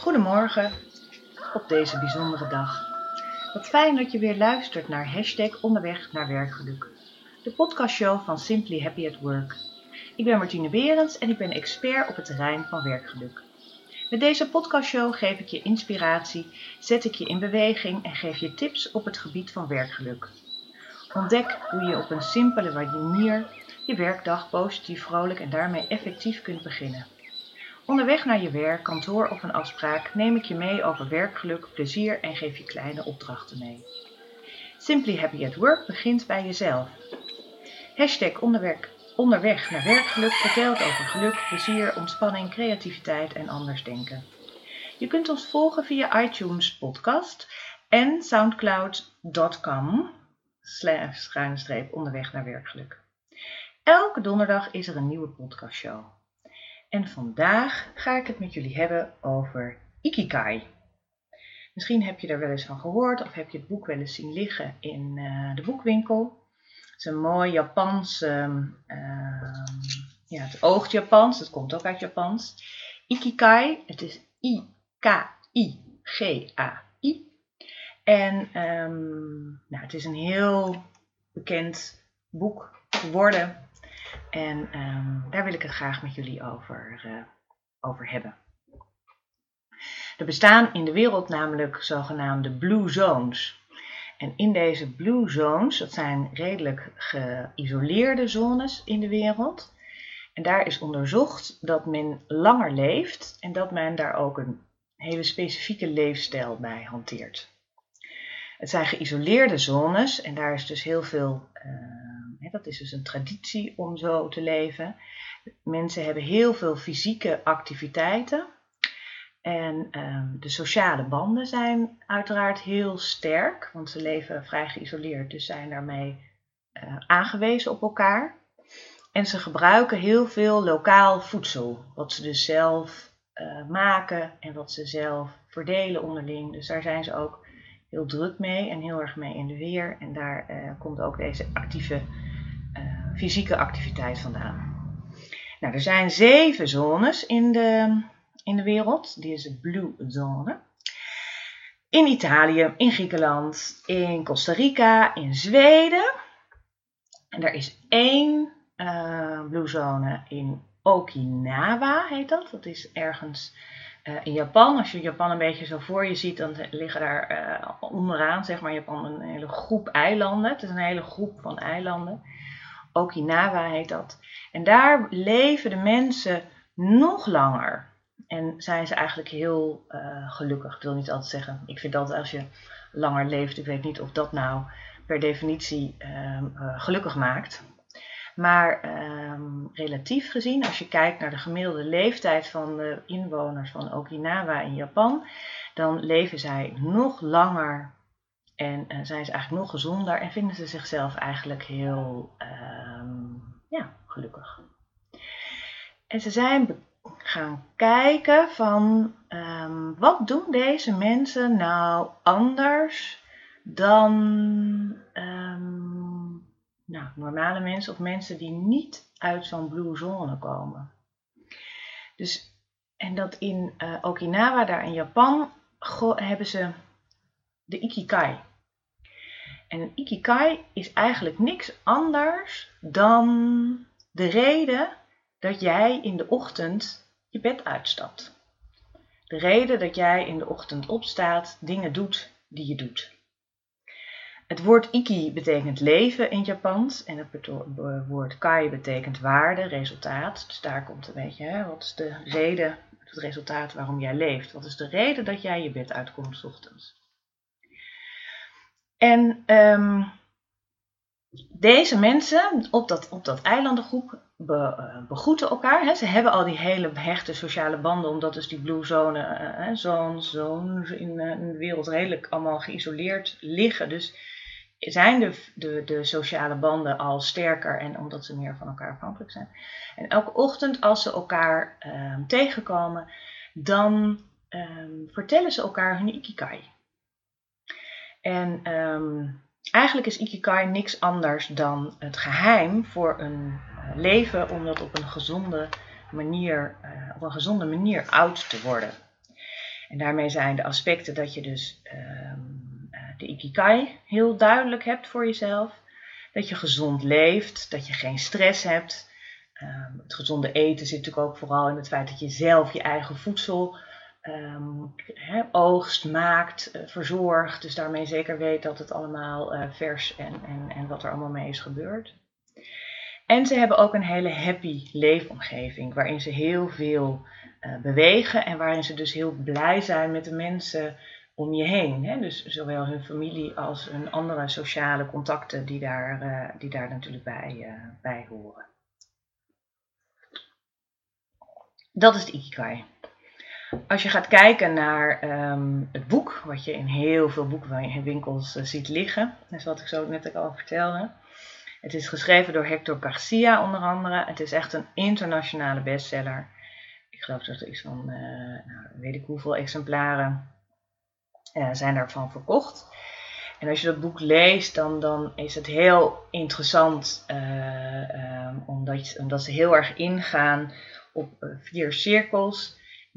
Goedemorgen op deze bijzondere dag. Wat fijn dat je weer luistert naar #onderweg naar werkgeluk. De podcastshow van Simply Happy at Work. Ik ben Martine Berends en ik ben expert op het terrein van werkgeluk. Met deze podcastshow geef ik je inspiratie, zet ik je in beweging en geef je tips op het gebied van werkgeluk. Ontdek hoe je op een simpele manier je werkdag positief, vrolijk en daarmee effectief kunt beginnen. Onderweg naar je werk, kantoor of een afspraak neem ik je mee over werkgeluk, plezier en geef je kleine opdrachten mee. Simply Happy at Work begint bij jezelf. #onderweg naar werkgeluk vertelt over geluk, plezier, ontspanning, creativiteit en anders denken. Je kunt ons volgen via iTunes podcast en soundcloud.com/onderweg naar werkgeluk. Elke donderdag is er een nieuwe podcastshow. En vandaag ga ik het met jullie hebben over Ikigai. Misschien heb je er wel eens van gehoord of heb je het boek wel eens zien liggen in de boekwinkel. Het is een mooi Japans, het oogt Japans, het komt ook uit Japans. Ikigai, het is I-K-I-G-A-I. En het is een heel bekend boek geworden. En daar wil ik het graag met jullie over hebben. Er bestaan in de wereld namelijk zogenaamde blue zones. En in deze blue zones, dat zijn redelijk geïsoleerde zones in de wereld. En daar is onderzocht dat men langer leeft en dat men daar ook een hele specifieke leefstijl bij hanteert. Het zijn geïsoleerde zones en daar is dus heel veel, dat is dus een traditie om zo te leven. Mensen hebben heel veel fysieke activiteiten en de sociale banden zijn uiteraard heel sterk, want ze leven vrij geïsoleerd, dus zijn daarmee aangewezen op elkaar. En ze gebruiken heel veel lokaal voedsel, wat ze dus zelf maken en wat ze zelf verdelen onderling. Dus daar zijn ze ook heel druk mee en heel erg mee in de weer. En daar komt ook deze actieve fysieke activiteit vandaan. Nou, er zijn 7 zones in de wereld. Die is de blue zone. In Italië, in Griekenland, in Costa Rica, in Zweden. En er is 1 blue zone in Okinawa, heet dat. Dat is ergens in Japan. Als je Japan een beetje zo voor je ziet, dan liggen daar onderaan, zeg maar, Japan een hele groep eilanden. Het is een hele groep van eilanden. Okinawa heet dat. En daar leven de mensen nog langer. En zijn ze eigenlijk heel gelukkig. Ik wil niet altijd zeggen, ik vind dat als je langer leeft, ik weet niet of dat nou per definitie gelukkig maakt. Maar relatief gezien, als je kijkt naar de gemiddelde leeftijd van de inwoners van Okinawa in Japan, dan leven zij nog langer en zijn ze eigenlijk nog gezonder en vinden ze zichzelf eigenlijk heel gelukkig. En ze zijn gaan kijken van wat doen deze mensen nou anders dan normale mensen of mensen die niet uit zo'n blue zone komen. Dus, en dat in Okinawa, daar in Japan, hebben ze de Ikigai. En een Ikigai is eigenlijk niks anders dan de reden dat jij in de ochtend je bed uitstapt. De reden dat jij in de ochtend opstaat, dingen doet die je doet. Het woord Iki betekent leven in Japans en het woord Kai betekent waarde, resultaat. Dus daar komt een beetje, wat is de reden, het resultaat waarom jij leeft? Wat is de reden dat jij je bed uitkomt 's ochtends? En deze mensen op dat eilandengroep begroeten elkaar. Hè. Ze hebben al die hele hechte sociale banden, omdat dus die blue zone, zones in de wereld redelijk allemaal geïsoleerd liggen. Dus zijn de sociale banden al sterker en omdat ze meer van elkaar afhankelijk zijn. En elke ochtend als ze elkaar tegenkomen, dan vertellen ze elkaar hun Ikigai. En eigenlijk is Ikigai niks anders dan het geheim voor een leven om dat op een gezonde manier oud te worden. En daarmee zijn de aspecten dat je dus de Ikigai heel duidelijk hebt voor jezelf. Dat je gezond leeft, dat je geen stress hebt. Het gezonde eten zit natuurlijk ook vooral in het feit dat je zelf je eigen voedsel oogst, maakt, verzorgt. Dus daarmee zeker weet dat het allemaal vers en wat er allemaal mee is gebeurd. En ze hebben ook een hele happy leefomgeving, waarin ze heel veel bewegen en waarin ze dus heel blij zijn met de mensen om je heen. Hè? Dus zowel hun familie als hun andere sociale contacten die daar natuurlijk bij horen. Dat is de Ikigai. Als je gaat kijken naar het boek, wat je in heel veel boekwinkels ziet liggen, dat is wat ik zo net al vertelde. Het is geschreven door Hector Garcia onder andere. Het is echt een internationale bestseller. Ik geloof dat er iets van, weet ik hoeveel exemplaren zijn daarvan verkocht. En als je dat boek leest, dan is het heel interessant, omdat ze heel erg ingaan op 4 cirkels.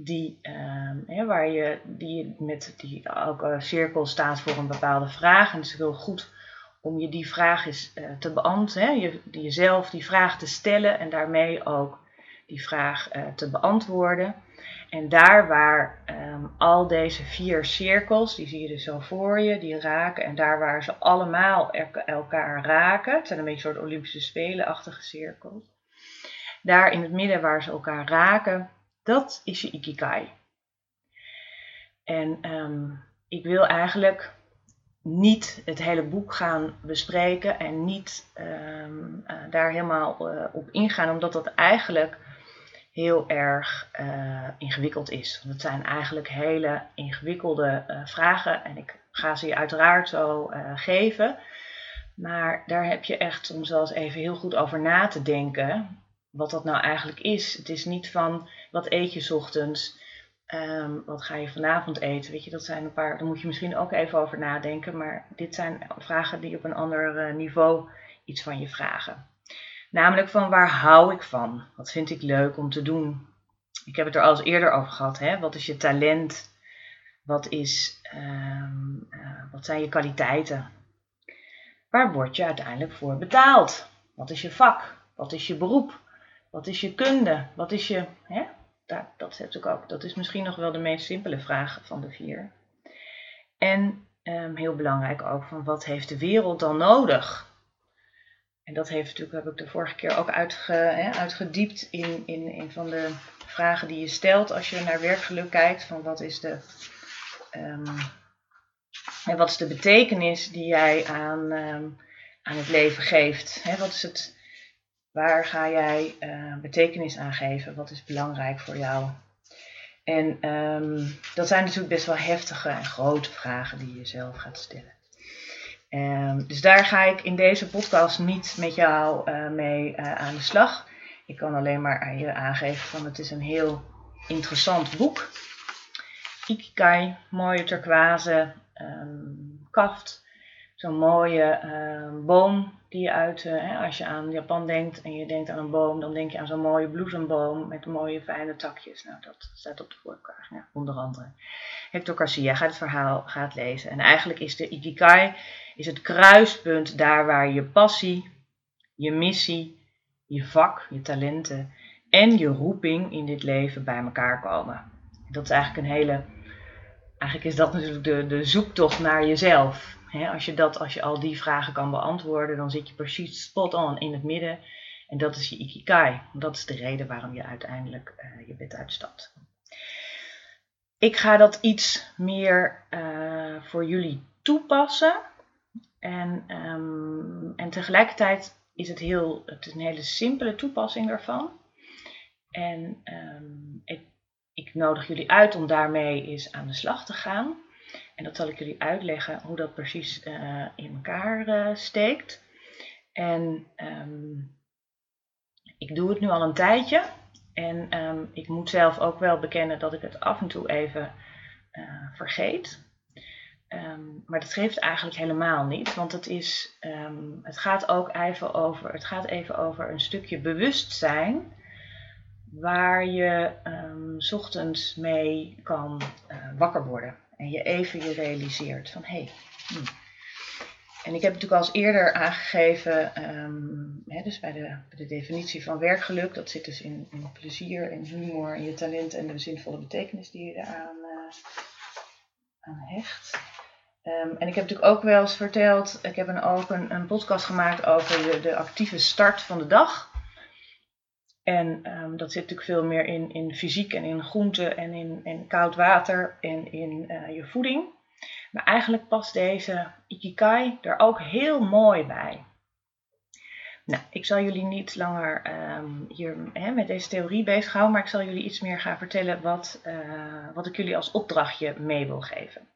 Elke cirkel staat voor een bepaalde vraag. En het is heel goed om je die vraag eens te beantwoorden. Jezelf die vraag te stellen en daarmee ook die vraag te beantwoorden. En daar waar al deze 4 cirkels, die zie je dus zo voor je, die raken. En daar waar ze allemaal elkaar raken, het zijn een beetje soort Olympische Spelen-achtige cirkels. Daar in het midden waar ze elkaar raken, dat is je Ikigai. En ik wil eigenlijk niet het hele boek gaan bespreken en niet daar helemaal op ingaan, omdat dat eigenlijk heel erg ingewikkeld is. Want het zijn eigenlijk hele ingewikkelde vragen en ik ga ze je uiteraard zo geven. Maar daar heb je echt soms wel eens even heel goed over na te denken wat dat nou eigenlijk is. Het is niet van wat eet je 's ochtends, wat ga je vanavond eten. Weet je, dat zijn een paar, daar moet je misschien ook even over nadenken. Maar dit zijn vragen die op een ander niveau iets van je vragen. Namelijk van waar hou ik van? Wat vind ik leuk om te doen? Ik heb het er al eens eerder over gehad. Hè? Wat is je talent? Wat zijn je kwaliteiten? Waar word je uiteindelijk voor betaald? Wat is je vak? Wat is je beroep? Wat is je kunde? Wat is je... Dat is natuurlijk ook. Dat is misschien nog wel de meest simpele vraag van de 4. En heel belangrijk ook van wat heeft de wereld dan nodig? En dat heb ik de vorige keer ook uitgediept in van de vragen die je stelt als je naar werkgeluk kijkt. Van wat is de betekenis die jij aan het leven geeft? Waar ga jij betekenis aan geven? Wat is belangrijk voor jou? En dat zijn natuurlijk best wel heftige en grote vragen die je zelf gaat stellen. Dus daar ga ik in deze podcast niet met jou mee aan de slag. Ik kan alleen maar aan je aangeven van het is een heel interessant boek. Ikigai, mooie turquoise kaft. Zo'n mooie boom die je als je aan Japan denkt en je denkt aan een boom, dan denk je aan zo'n mooie bloesemboom met mooie fijne takjes. Nou, dat staat op de voorkant, onder andere. Hector Garcia gaat het lezen. En eigenlijk is de Ikigai het kruispunt daar waar je passie, je missie, je vak, je talenten en je roeping in dit leven bij elkaar komen. Dat is eigenlijk eigenlijk is dat natuurlijk de zoektocht naar jezelf. Als je al die vragen kan beantwoorden, dan zit je precies spot on in het midden. En dat is je Ikigai. Dat is de reden waarom je uiteindelijk je bed uitstapt. Ik ga dat iets meer voor jullie toepassen. En tegelijkertijd is het een hele simpele toepassing daarvan. En ik nodig jullie uit om daarmee eens aan de slag te gaan. En dat zal ik jullie uitleggen hoe dat precies in elkaar steekt. En ik doe het nu al een tijdje. En ik moet zelf ook wel bekennen dat ik het af en toe even vergeet. Maar dat geeft eigenlijk helemaal niet. Want het gaat even over een stukje bewustzijn waar je 's ochtends mee kan wakker worden. En je even je realiseert van hé. En ik heb natuurlijk al eens eerder aangegeven, dus bij de definitie van werkgeluk, dat zit dus in plezier en humor en je talent en de zinvolle betekenis die je eraan aan hecht. En ik heb natuurlijk ook wel eens verteld, ik heb ook een podcast gemaakt over de actieve start van de dag. En dat zit natuurlijk veel meer in fysiek en in groente en in koud water en in je voeding. Maar eigenlijk past deze Ikigai er ook heel mooi bij. Nou, ik zal jullie niet langer hier met deze theorie bezighouden, maar ik zal jullie iets meer gaan vertellen wat ik jullie als opdrachtje mee wil geven.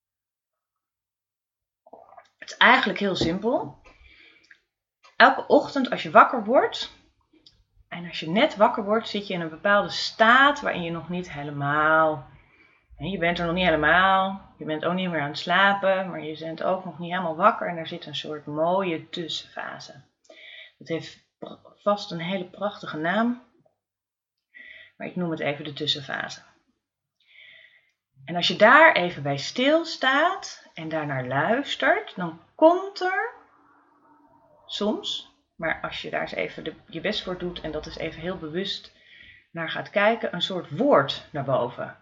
Het is eigenlijk heel simpel. Elke ochtend als je wakker wordt, en als je net wakker wordt, zit je in een bepaalde staat waarin je nog niet helemaal... Je bent er nog niet helemaal, je bent ook niet meer aan het slapen, maar je bent ook nog niet helemaal wakker en er zit een soort mooie tussenfase. Dat heeft vast een hele prachtige naam, maar ik noem het even de tussenfase. En als je daar even bij stilstaat en daarnaar luistert, dan komt er soms, maar als je daar eens even je best voor doet en dat is even heel bewust naar gaat kijken, een soort woord naar boven.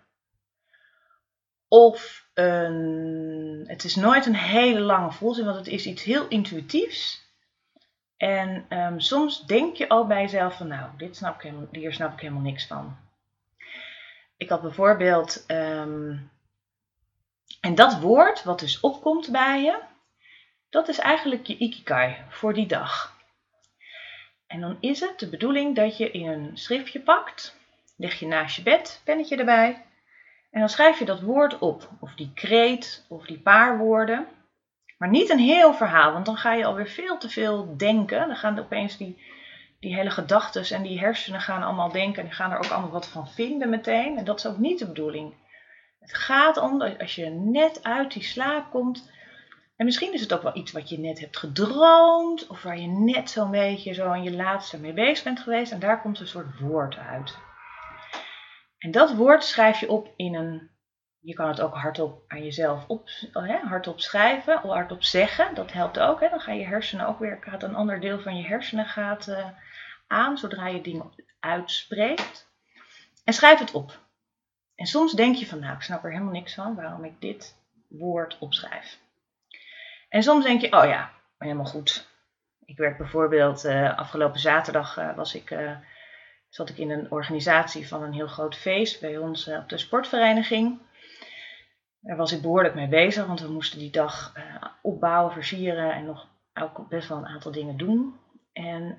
Of het is nooit een hele lange volzin, want het is iets heel intuïtiefs. En soms denk je al bij jezelf van nou, hier snap ik helemaal niks van. Ik had bijvoorbeeld, en dat woord wat dus opkomt bij je, dat is eigenlijk je Ikigai voor die dag. En dan is het de bedoeling dat je in een schriftje pakt, leg je naast je bed, pennetje erbij. En dan schrijf je dat woord op, of die kreet, of die paar woorden. Maar niet een heel verhaal, want dan ga je alweer veel te veel denken. Dan gaan opeens die hele gedachten en die hersenen gaan allemaal denken. En die gaan er ook allemaal wat van vinden meteen. En dat is ook niet de bedoeling. Het gaat om dat als je net uit die slaap komt. En misschien is het ook wel iets wat je net hebt gedroomd. Of waar je net zo'n beetje zo aan je laatste mee bezig bent geweest. En daar komt een soort woord uit. En dat woord schrijf je op je kan het ook hardop aan jezelf hardop schrijven of hardop zeggen. Dat helpt ook. Dan gaan je hersenen ook weer, gaat een ander deel van je hersenen aan zodra je dingen uitspreekt. En schrijf het op. En soms denk je van nou, ik snap er helemaal niks van waarom ik dit woord opschrijf. En soms denk je, oh ja, helemaal goed. Ik werd bijvoorbeeld afgelopen zaterdag zat ik in een organisatie van een heel groot feest bij ons op de sportvereniging. Daar was ik behoorlijk mee bezig, want we moesten die dag opbouwen, versieren en nog ook best wel een aantal dingen doen. En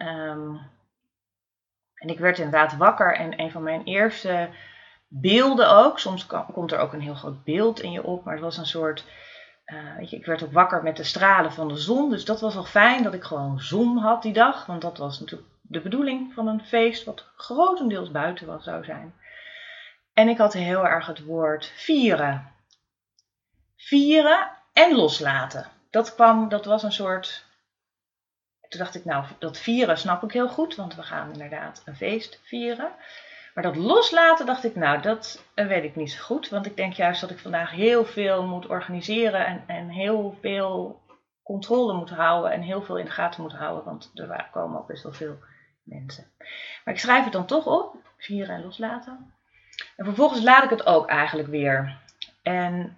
ik werd inderdaad wakker en een van mijn eerste beelden ook, soms komt er ook een heel groot beeld in je op, maar het was een soort, ik werd ook wakker met de stralen van de zon. Dus dat was wel fijn dat ik gewoon zon had die dag, want dat was natuurlijk de bedoeling van een feest wat grotendeels buiten zou zijn. En ik had heel erg het woord vieren. Vieren en loslaten. Dat was een soort... Toen dacht ik, nou, dat vieren snap ik heel goed, want we gaan inderdaad een feest vieren. Maar dat loslaten dacht ik, nou, dat weet ik niet zo goed. Want ik denk juist dat ik vandaag heel veel moet organiseren en heel veel controle moet houden en heel veel in de gaten moet houden. Want er komen ook best wel veel mensen. Maar ik schrijf het dan toch op, vieren en loslaten. En vervolgens laat ik het ook eigenlijk weer. En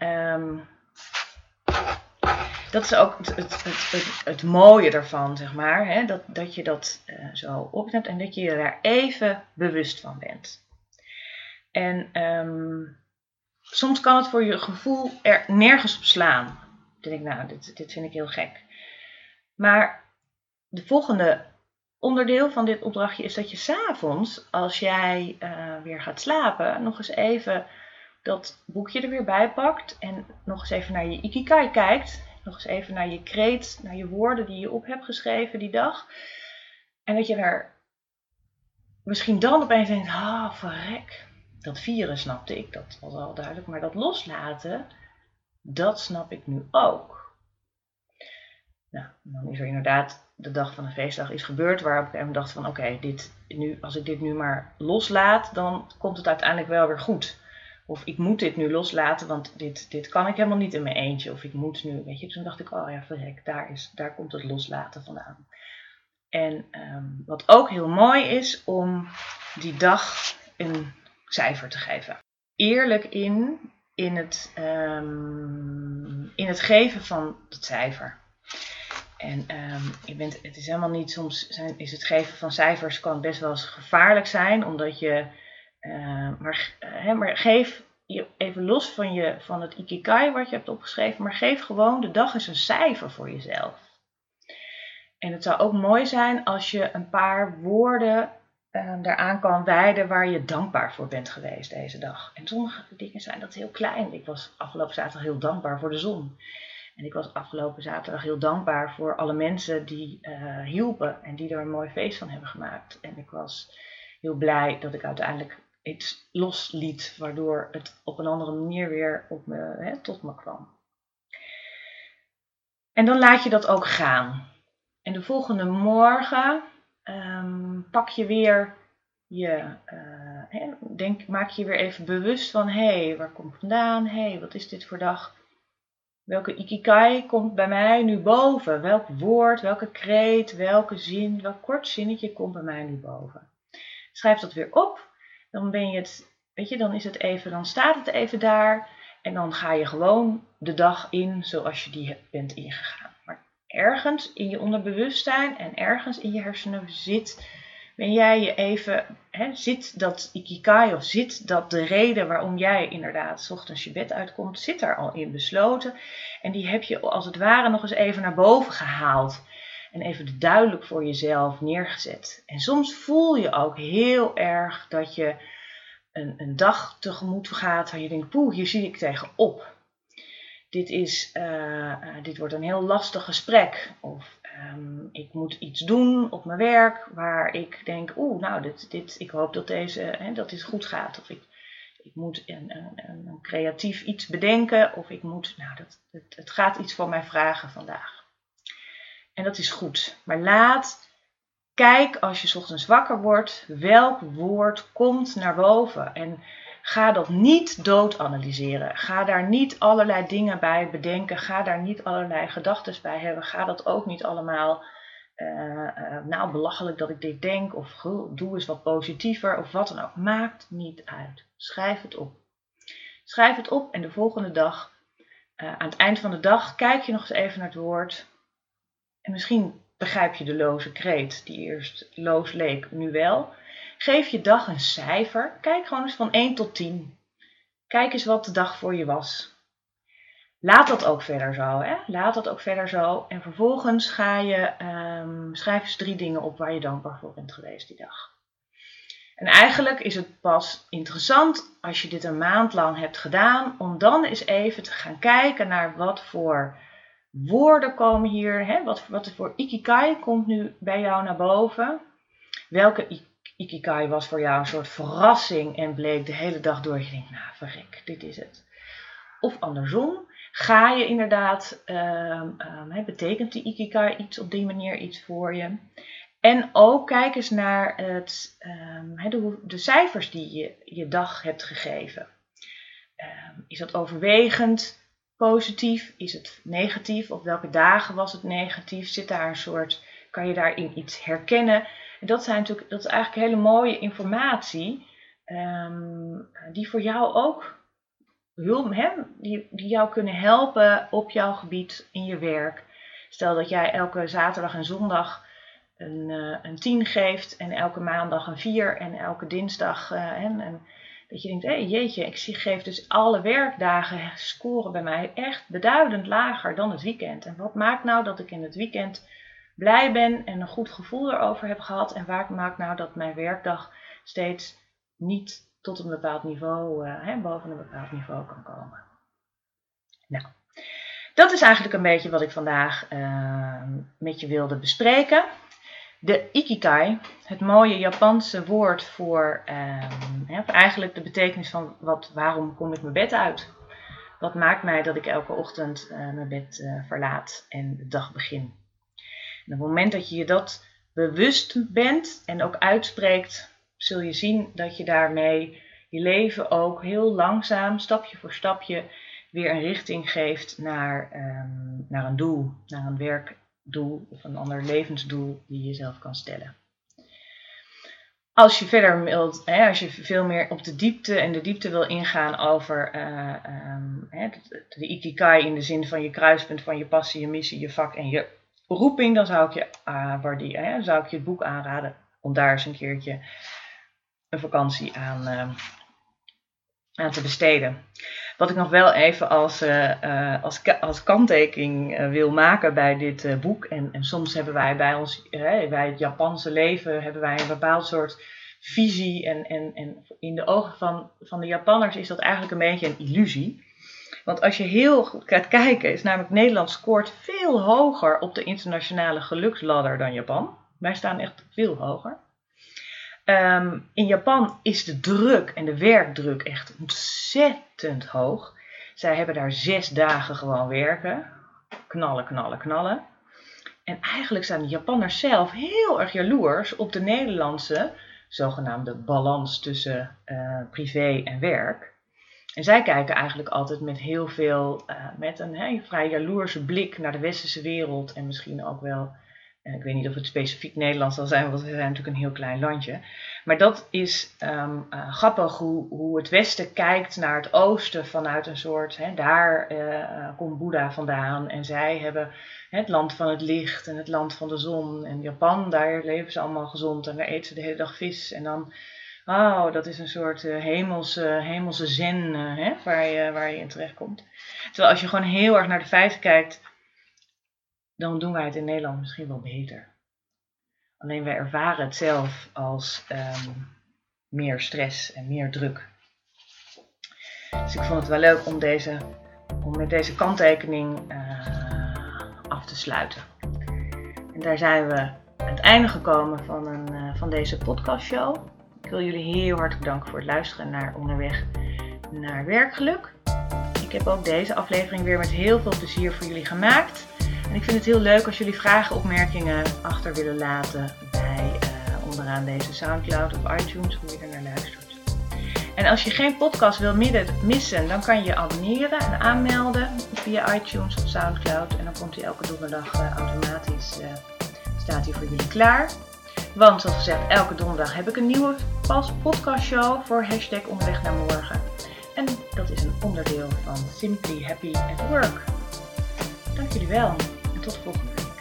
dat is ook het mooie ervan, zeg maar. Hè? Dat je dat zo opneemt en dat je je daar even bewust van bent. En soms kan het voor je gevoel er nergens op slaan. Dan denk ik, nou, dit vind ik heel gek. Maar de volgende onderdeel van dit opdrachtje is dat je 's avonds, als jij weer gaat slapen, nog eens even dat boekje er weer bij pakt en nog eens even naar je Ikigai kijkt. Nog eens even naar je kreet, naar je woorden die je op hebt geschreven die dag. En dat je er misschien dan opeens denkt, verrek. Dat vieren snapte ik, dat was al duidelijk. Maar dat loslaten, dat snap ik nu ook. Nou, dan is er inderdaad de dag van de feestdag is gebeurd, waarop ik dacht van oké, als ik dit nu maar loslaat, dan komt het uiteindelijk wel weer goed. Of ik moet dit nu loslaten, want dit kan ik helemaal niet in mijn eentje. Of ik moet nu, weet je. Toen dacht ik, oh ja, verrek, daar komt het loslaten vandaan. En wat ook heel mooi is, om die dag een cijfer te geven. Eerlijk in het geven van het cijfer. En het is helemaal niet, soms is het geven van cijfers kan best wel eens gevaarlijk zijn, omdat je, maar geef je even los van het ikigai wat je hebt opgeschreven, maar geef gewoon de dag eens een cijfer voor jezelf. En het zou ook mooi zijn als je een paar woorden daaraan kan wijden waar je dankbaar voor bent geweest deze dag. En sommige dingen zijn dat heel klein. Ik was afgelopen zaterdag heel dankbaar voor de zon. En ik was afgelopen zaterdag heel dankbaar voor alle mensen die hielpen en die er een mooi feest van hebben gemaakt. En ik was heel blij dat ik uiteindelijk iets losliet, waardoor het op een andere manier weer tot me kwam. En dan laat je dat ook gaan. En de volgende morgen pak je weer maak je weer even bewust van, waar kom ik vandaan? Wat is dit voor dag? Welke ikigai komt bij mij nu boven? Welk woord, welke kreet, welke zin, welk kort zinnetje komt bij mij nu boven? Schrijf dat weer op. Dan dan staat het even daar. En dan ga je gewoon de dag in zoals je die bent ingegaan. Maar ergens in je onderbewustzijn en ergens in je hersenen zit dat ikigai of zit dat de reden waarom jij inderdaad 's ochtends je bed uitkomt, zit daar al in besloten. En die heb je als het ware nog eens even naar boven gehaald. En even duidelijk voor jezelf neergezet. En soms voel je ook heel erg dat je een dag tegemoet gaat waar je denkt, hier zie ik tegenop. Dit wordt een heel lastig gesprek. Of ik moet iets doen op mijn werk waar ik denk, ik hoop dat dat dit goed gaat. Of ik moet een creatief iets bedenken. Of ik moet, het gaat iets van mij vragen vandaag. En dat is goed. Maar kijk als je 's ochtends wakker wordt, welk woord komt naar boven. En ga dat niet doodanalyseren. Ga daar niet allerlei dingen bij bedenken. Ga daar niet allerlei gedachten bij hebben. Ga dat ook niet allemaal, belachelijk dat ik dit denk. Of doe eens wat positiever. Of wat dan ook. Maakt niet uit. Schrijf het op. Schrijf het op en de volgende dag, aan het eind van de dag, kijk je nog eens even naar het woord. En misschien begrijp je de loze kreet, die eerst loos leek, nu wel. Geef je dag een cijfer. Kijk gewoon eens van 1 tot 10. Kijk eens wat de dag voor je was. Laat dat ook verder zo. Laat dat ook verder zo. En vervolgens schrijf eens 3 dingen op waar je dankbaar voor bent geweest die dag. En eigenlijk is het pas interessant als je dit een maand lang hebt gedaan, om dan eens even te gaan kijken naar wat voor woorden komen hier. Wat voor ikigai komt nu bij jou naar boven? Welke ikigai was voor jou een soort verrassing en bleek de hele dag door je denkt, verrek, dit is het. Of andersom, ga je inderdaad, betekent die ikigai iets op die manier iets voor je? En ook kijk eens naar de cijfers die je dag hebt gegeven. Is dat overwegend positief? Is het negatief? Op welke dagen was het negatief? Kan je daarin iets herkennen? En dat is eigenlijk hele mooie informatie die voor jou ook die jou kunnen helpen op jouw gebied in je werk. Stel dat jij elke zaterdag en zondag een 10 geeft en elke maandag een 4 en elke dinsdag dat je denkt, jeetje, ik geef dus alle werkdagen scoren bij mij echt beduidend lager dan het weekend. En wat maakt nou dat ik in het weekend blij ben en een goed gevoel erover heb gehad? En waar maakt nou dat mijn werkdag steeds niet tot een bepaald niveau, boven een bepaald niveau kan komen? Nou, dat is eigenlijk een beetje wat ik vandaag met je wilde bespreken. De ikigai, het mooie Japanse woord voor eigenlijk de betekenis van waarom kom ik mijn bed uit? Wat maakt mij dat ik elke ochtend mijn bed verlaat en de dag begin? En op het moment dat je dat bewust bent en ook uitspreekt, zul je zien dat je daarmee je leven ook heel langzaam, stapje voor stapje, weer een richting geeft naar een doel, naar een werkdoel of een ander levensdoel die je jezelf kan stellen. Als je verder wilt, als je veel meer op de diepte wil ingaan over de Ikigai in de zin van je kruispunt van je passie, je missie, je vak en je roeping, dan zou ik je het boek aanraden om daar eens een keertje een vakantie aan te besteden. Wat ik nog wel even als kanttekening wil maken bij dit boek. En soms hebben wij bij het Japanse leven hebben wij een bepaald soort visie. En in de ogen van de Japanners is dat eigenlijk een beetje een illusie. Want als je heel goed gaat kijken, is namelijk Nederland scoort veel hoger op de internationale geluksladder dan Japan. Wij staan echt veel hoger. In Japan is de druk en de werkdruk echt ontzettend hoog. Zij hebben daar 6 dagen gewoon werken. Knallen. En eigenlijk zijn de Japanners zelf heel erg jaloers op de Nederlandse zogenaamde balans tussen privé en werk. En zij kijken eigenlijk altijd met heel veel, met een vrij jaloerse blik naar de westerse wereld. En misschien ook wel, ik weet niet of het specifiek Nederlands zal zijn, want we zijn natuurlijk een heel klein landje. Maar dat is grappig hoe het Westen kijkt naar het oosten vanuit een soort, daar komt Boeddha vandaan. En zij hebben het land van het licht en het land van de zon. En Japan, daar leven ze allemaal gezond en daar eten ze de hele dag vis. En dan, dat is een soort hemelse zen waar je in terecht komt. Terwijl als je gewoon heel erg naar de feiten kijkt, dan doen wij het in Nederland misschien wel beter. Alleen wij ervaren het zelf als meer stress en meer druk. Dus ik vond het wel leuk om met deze kanttekening af te sluiten. En daar zijn we aan het einde gekomen van deze podcastshow. Ik wil jullie heel hartelijk bedanken voor het luisteren naar Onderweg naar Werkgeluk. Ik heb ook deze aflevering weer met heel veel plezier voor jullie gemaakt. En ik vind het heel leuk als jullie vragen, opmerkingen achter willen laten bij onderaan deze Soundcloud of iTunes, hoe je er naar luistert. En als je geen podcast wil missen, dan kan je je abonneren en aanmelden via iTunes of Soundcloud. En dan komt hij elke donderdag automatisch, staat hij voor jullie klaar. Want zoals gezegd, elke donderdag heb ik een nieuwe podcastshow voor #onderweg naar morgen. En dat is een onderdeel van Simply Happy at Work. Dank jullie wel en tot de volgende keer.